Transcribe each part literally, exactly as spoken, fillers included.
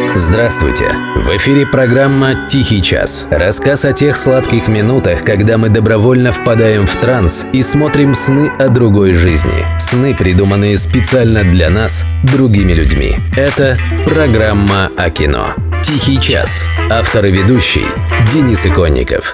Здравствуйте! В эфире программа «Тихий час». Рассказ о тех сладких минутах, когда мы добровольно впадаем в транс и смотрим сны о другой жизни. Сны, придуманные специально для нас, другими людьми. Это программа о кино. «Тихий час». Автор и ведущий Денис Иконников.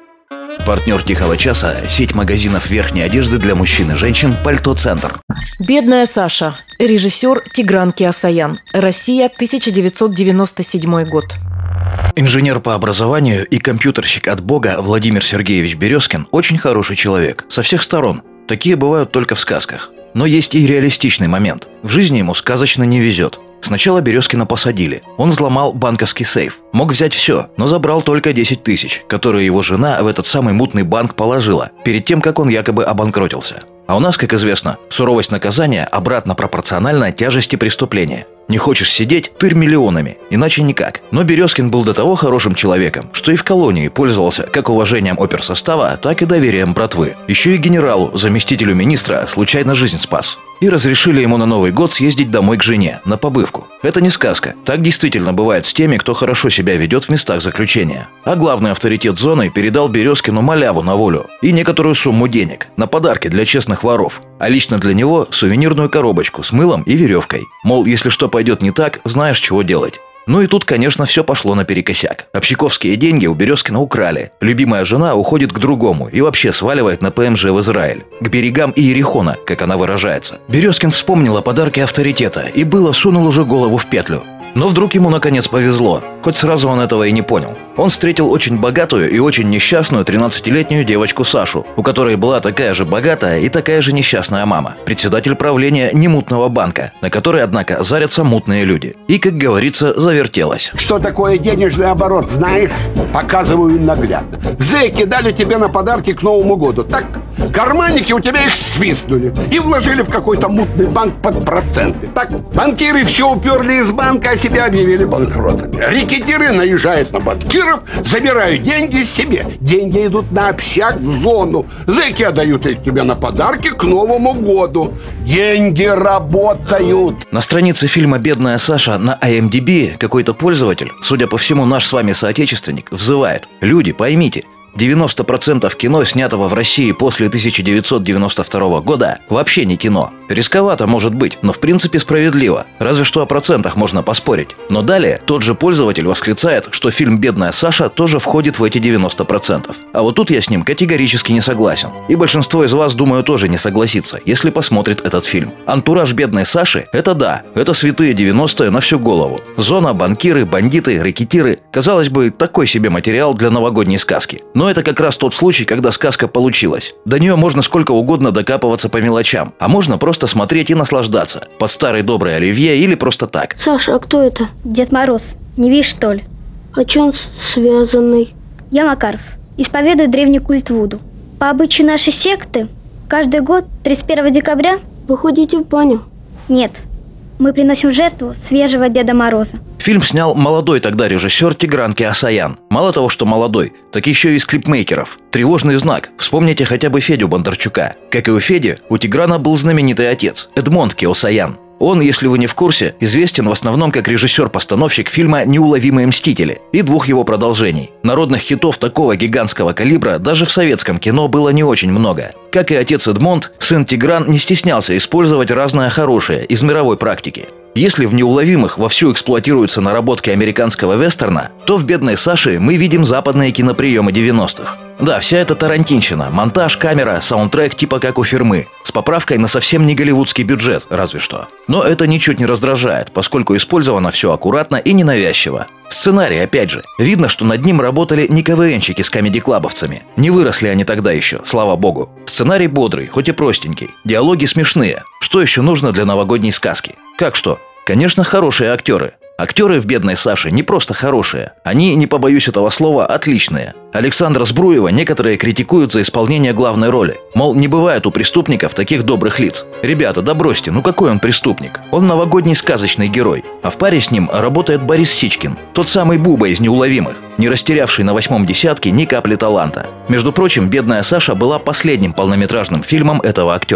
Партнер «Тихого часа» – сеть магазинов верхней одежды для мужчин и женщин «Пальто-центр». «Бедная Саша». Режиссер Тигран Кеосаян. Россия, тысяча девятьсот девяносто седьмой год. Инженер по образованию и компьютерщик от бога Владимир Сергеевич Березкин очень хороший человек. Со всех сторон. Такие бывают только в сказках. Но есть и реалистичный момент. В жизни ему сказочно не везет. Сначала Березкина посадили. Он взломал банковский сейф. Мог взять все, но забрал только десять тысяч, которые его жена в этот самый мутный банк положила, перед тем, как он якобы обанкротился. А у нас, как известно, суровость наказания обратно пропорциональна тяжести преступления. Не хочешь сидеть – тырь миллионами, иначе никак. Но Березкин был до того хорошим человеком, что и в колонии пользовался как уважением оперсостава, так и доверием братвы. Еще и генералу, заместителю министра, случайно жизнь спас. И разрешили ему на Новый год съездить домой к жене, на побывку. Это не сказка. Так действительно бывает с теми, кто хорошо себя ведет в местах заключения. А главный авторитет зоны передал Березкину маляву на волю и некоторую сумму денег на подарки для честных воров. А лично для него сувенирную коробочку с мылом и веревкой. Мол, если что пойдет не так, знаешь, чего делать. Ну и тут, конечно, все пошло наперекосяк. Общаковские деньги у Березкина украли. Любимая жена уходит к другому и вообще сваливает на ПМЖ в Израиль. К берегам Иерихона, как она выражается. Березкин вспомнил о подарке авторитета и было сунул уже голову в петлю. Но вдруг ему наконец повезло, хоть сразу он этого и не понял. Он встретил очень богатую и очень несчастную тринадцатилетнюю девочку Сашу, у которой была такая же богатая и такая же несчастная мама, председатель правления немутного банка, на который, однако, зарятся мутные люди. И, как говорится, завертелось. Что такое денежный оборот, знаешь? Показываю наглядно. Зэки дали тебе на подарки к Новому году, так? Карманники у тебя их свистнули и вложили в какой-то мутный банк под проценты, так? Банкиры все уперли из банка, а себя объявили банкротами. Рекетиры наезжают на банкиров, забирают деньги себе. Деньги идут на общак, в зону. Зэки отдают их тебе на подарки к Новому году. Деньги работают. На странице фильма «Бедная Саша» на ай эм ди би какой-то пользователь, судя по всему наш с вами соотечественник, взывает: люди, поймите, девяносто процентов кино, снятого в России после тысяча девятьсот девяносто второго года, вообще не кино. Рисковато, может быть, но в принципе справедливо. Разве что о процентах можно поспорить. Но далее тот же пользователь восклицает, что фильм «Бедная Саша» тоже входит в эти девяносто процентов. А вот тут я с ним категорически не согласен. И большинство из вас, думаю, тоже не согласится, если посмотрит этот фильм. Антураж «Бедной Саши» — это да, это святые девяностые на всю голову. Зона, банкиры, бандиты, рэкетиры. Казалось бы, такой себе материал для новогодней сказки. Но это как раз тот случай, когда сказка получилась. До нее можно сколько угодно докапываться по мелочам, а можно просто смотреть и наслаждаться. Под старый добрый оливье или просто так. Саша, а кто это? Дед Мороз. Не видишь, что ли? А чем он связанный? Я Макаров. Исповедую древний культ Вуду. По обычаю нашей секты, каждый год тридцать первого декабря... Вы ходите в баню? Нет. Мы приносим в жертву свежего Деда Мороза. Фильм снял молодой тогда режиссер Тигран Кеосаян. Мало того, что молодой, так еще и из клипмейкеров. Тревожный знак. Вспомните хотя бы Федю Бондарчука. Как и у Феди, у Тиграна был знаменитый отец – Эдмонд Кеосаян. Он, если вы не в курсе, известен в основном как режиссер-постановщик фильма «Неуловимые мстители» и двух его продолжений. Народных хитов такого гигантского калибра даже в советском кино было не очень много. Как и отец Эдмонд, сын Тигран не стеснялся использовать разное хорошее из мировой практики. Если в «Неуловимых» вовсю эксплуатируются наработки американского вестерна, то в «Бедной Саше» мы видим западные киноприемы девяностых. Да, вся эта тарантинщина, монтаж, камера, саундтрек типа как у Фирмы, с поправкой на совсем не голливудский бюджет, разве что. Но это ничуть не раздражает, поскольку использовано все аккуратно и ненавязчиво. Сценарий, опять же. Видно, что над ним работали не КВНщики с комеди-клабовцами. Не выросли они тогда еще, слава богу. Сценарий бодрый, хоть и простенький. Диалоги смешные. Что еще нужно для новогодней сказки? Как что? Конечно, хорошие актеры. Актеры в «Бедной Саше» не просто хорошие. Они, не побоюсь этого слова, отличные. Александра Збруева некоторые критикуют за исполнение главной роли. Мол, не бывает у преступников таких добрых лиц. Ребята, да бросьте, ну какой он преступник? Он новогодний сказочный герой. А в паре с ним работает Борис Сичкин, тот самый Буба из «Неуловимых», не растерявший на восьмом десятке ни капли таланта. Между прочим, «Бедная Саша» была последним полнометражным фильмом этого актера.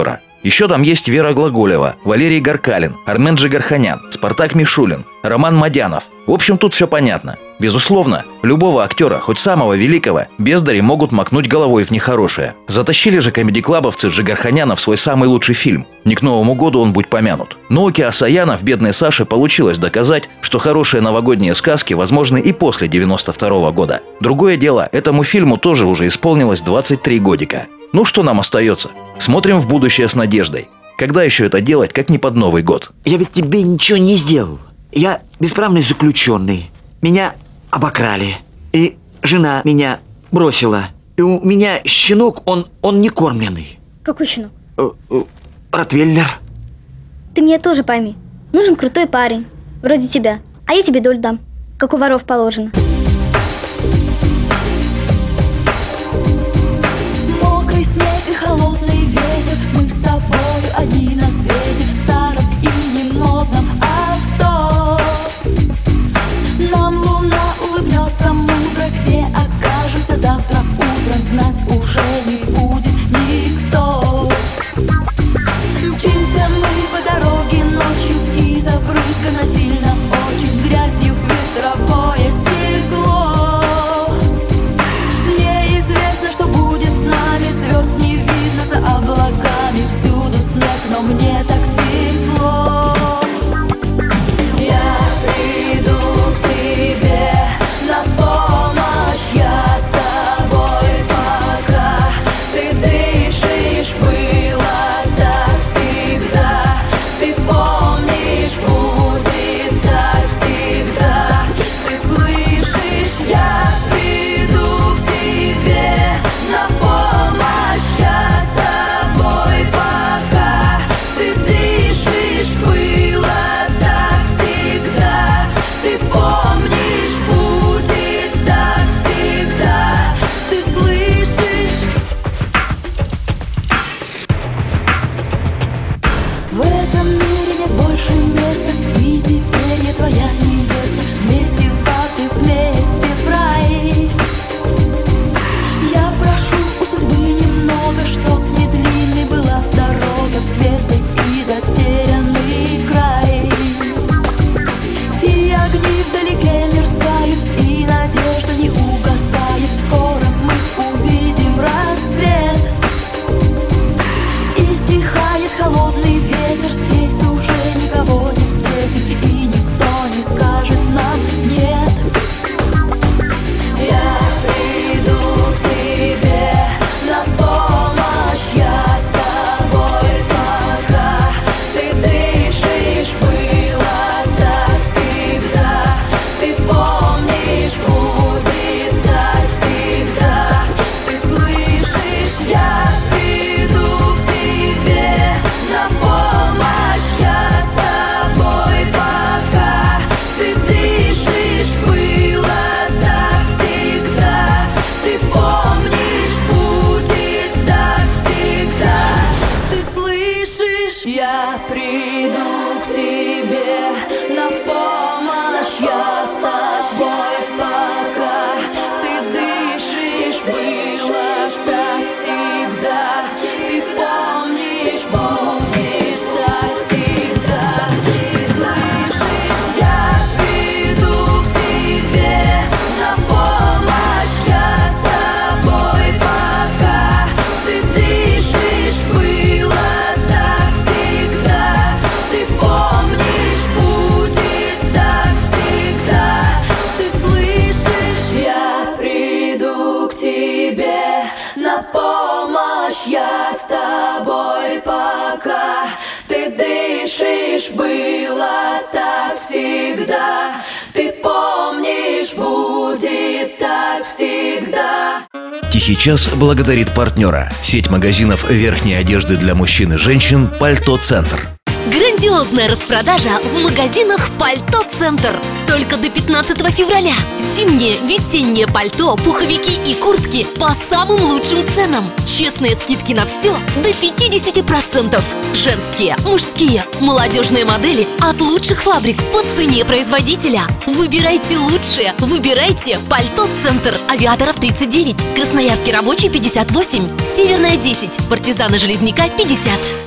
Еще там есть Вера Глаголева, Валерий Гаркалин, Армен Джигарханян, Спартак Мишулин, Роман Мадянов. В общем, тут все понятно. Безусловно, любого актера, хоть самого великого, бездари могут макнуть головой в нехорошее. Затащили же комеди-клабовцы Джигарханяна в свой самый лучший фильм. Не к Новому году он будь помянут. Но у Кеосаяна в «Бедной Саше» получилось доказать, что хорошие новогодние сказки возможны и после девяносто второго года. Другое дело, этому фильму тоже уже исполнилось двадцать три годика. Ну что нам остается? Смотрим в будущее с надеждой. Когда еще это делать, как не под Новый год? Я ведь тебе ничего не сделал. Я бесправный заключенный. Меня обокрали. И жена меня бросила. И у меня щенок, он, он не кормленный. Какой щенок? Э, э, Ротвейлер. Ты меня тоже пойми. Нужен крутой парень, вроде тебя. А я тебе долю дам, как у воров положено. Мокрый снег и холодный ветер, мы с тобой одни на свете, в старом и немодном авто. Нам луна улыбнется мудро, где окажемся завтра утром, знать уже не будет никто. Мчимся мы по дороге ночью, и забрызгано сильно очень грязью ветровое стекло. Неизвестно, что будет с нами, звезд не видно за облаками, всюду снег, но мне так тепло. Я приду к тебе на помощь, я с тобой пока ты дышишь, было так всегда, ты помнишь, будет так всегда, ты слышишь, я приду к тебе на помощь, я с тобой пока ты дышишь, было так всегда, ты помнишь, будет так всегда, ты слышишь. В этом мире нет больше места, и теперь я твоя невеста. Вместе в ад и вместе в рай. Я прошу у судьбы немного, чтоб не длинной была дорога в светлый и затерянный край. И огни вдалеке мерцают, и надежда не угасает. Скоро мы увидим рассвет, и стихает холодный ветер. Здесь уже никого не встретим, и никто не скажет нам нет. Я приду к тебе на помощь, я с тобой пока ты дышишь, было так всегда, ты помнишь, будет так всегда, ты слышишь, я приду к тебе на помощь, я с тобой пока ты дышишь, было так всегда, ты помнишь, будет так всегда, ты слышишь, я приду к тебе на помощь, я с тобой пока ты дышишь, было так всегда, ты помнишь, будет так всегда, ты слышишь, я приду к тебе на помощь, я с тобой пока ты дышишь, было так всегда, ты помнишь, будет так всегда, ты слышишь, я приду к тебе на помощь, я с тобой пока ты дышишь, было так всегда, ты помнишь, будет так всегда. Тихий час благодарит партнера. Сеть магазинов верхней одежды для мужчин и женщин «Пальто-центр». Грандиозная распродажа в магазинах «Пальто-центр». Только до пятнадцатого февраля. Зимнее, весеннее пальто, пуховики и куртки по самым лучшим ценам. Честные скидки на все до пятьдесят процентов. Женские, мужские, молодежные модели от лучших фабрик по цене производителя. Выбирайте лучшее. Выбирайте «Пальто-центр». Авиаторов тридцать девять, Красноярский рабочий пятьдесят восемь, Северная десять, Партизана Железняка пятьдесят.